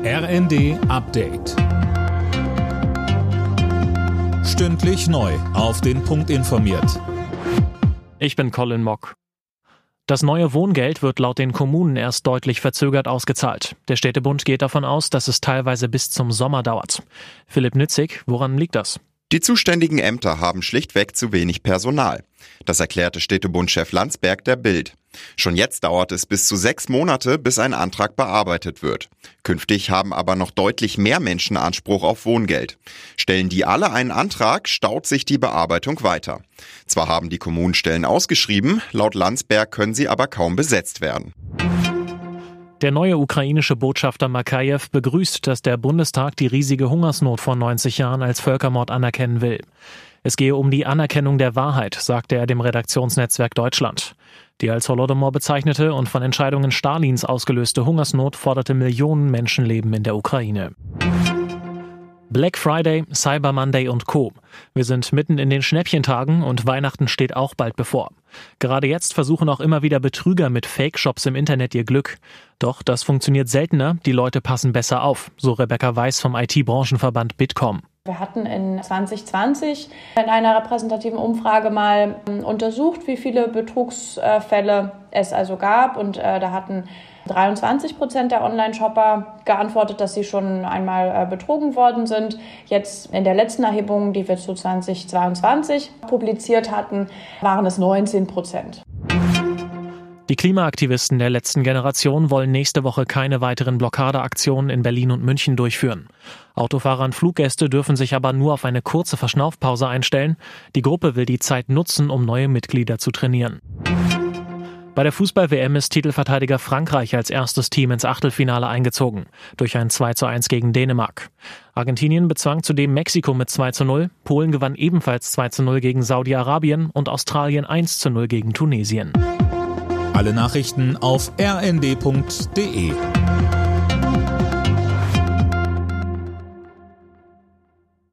RND Update. Stündlich neu auf den Punkt informiert. Ich bin Colin Mock. Das neue Wohngeld wird laut den Kommunen erst deutlich verzögert ausgezahlt. Der Städtebund geht davon aus, dass es teilweise bis zum Sommer dauert. Philipp Nützig, woran liegt das? Die zuständigen Ämter haben schlichtweg zu wenig Personal. Das erklärte Städtebundchef Landsberg der Bild. Schon jetzt dauert es bis zu 6 Monate, bis ein Antrag bearbeitet wird. Künftig haben aber noch deutlich mehr Menschen Anspruch auf Wohngeld. Stellen die alle einen Antrag, staut sich die Bearbeitung weiter. Zwar haben die Kommunen Stellen ausgeschrieben, laut Landsberg können sie aber kaum besetzt werden. Der neue ukrainische Botschafter Makajew begrüßt, dass der Bundestag die riesige Hungersnot vor 90 Jahren als Völkermord anerkennen will. Es gehe um die Anerkennung der Wahrheit, sagte er dem Redaktionsnetzwerk Deutschland. Die als Holodomor bezeichnete und von Entscheidungen Stalins ausgelöste Hungersnot forderte Millionen Menschenleben in der Ukraine. Black Friday, Cyber Monday und Co. Wir sind mitten in den Schnäppchentagen und Weihnachten steht auch bald bevor. Gerade jetzt versuchen auch immer wieder Betrüger mit Fake-Shops im Internet ihr Glück. Doch das funktioniert seltener, die Leute passen besser auf, so Rebecca Weiß vom IT-Branchenverband Bitkom. Wir hatten in 2020 in einer repräsentativen Umfrage mal untersucht, wie viele Betrugsfälle es also gab. Und da hatten 23% der Online-Shopper geantwortet, dass sie schon einmal betrogen worden sind. Jetzt in der letzten Erhebung, die wir zu 2022 publiziert hatten, waren es 19%. Die Klimaaktivisten der letzten Generation wollen nächste Woche keine weiteren Blockadeaktionen in Berlin und München durchführen. Autofahrer und Fluggäste dürfen sich aber nur auf eine kurze Verschnaufpause einstellen. Die Gruppe will die Zeit nutzen, um neue Mitglieder zu trainieren. Bei der Fußball-WM ist Titelverteidiger Frankreich als erstes Team ins Achtelfinale eingezogen, durch ein 2:1 gegen Dänemark. Argentinien bezwang zudem Mexiko mit 2:0, Polen gewann ebenfalls 2:0 gegen Saudi-Arabien und Australien 1:0 gegen Tunesien. Alle Nachrichten auf rnd.de.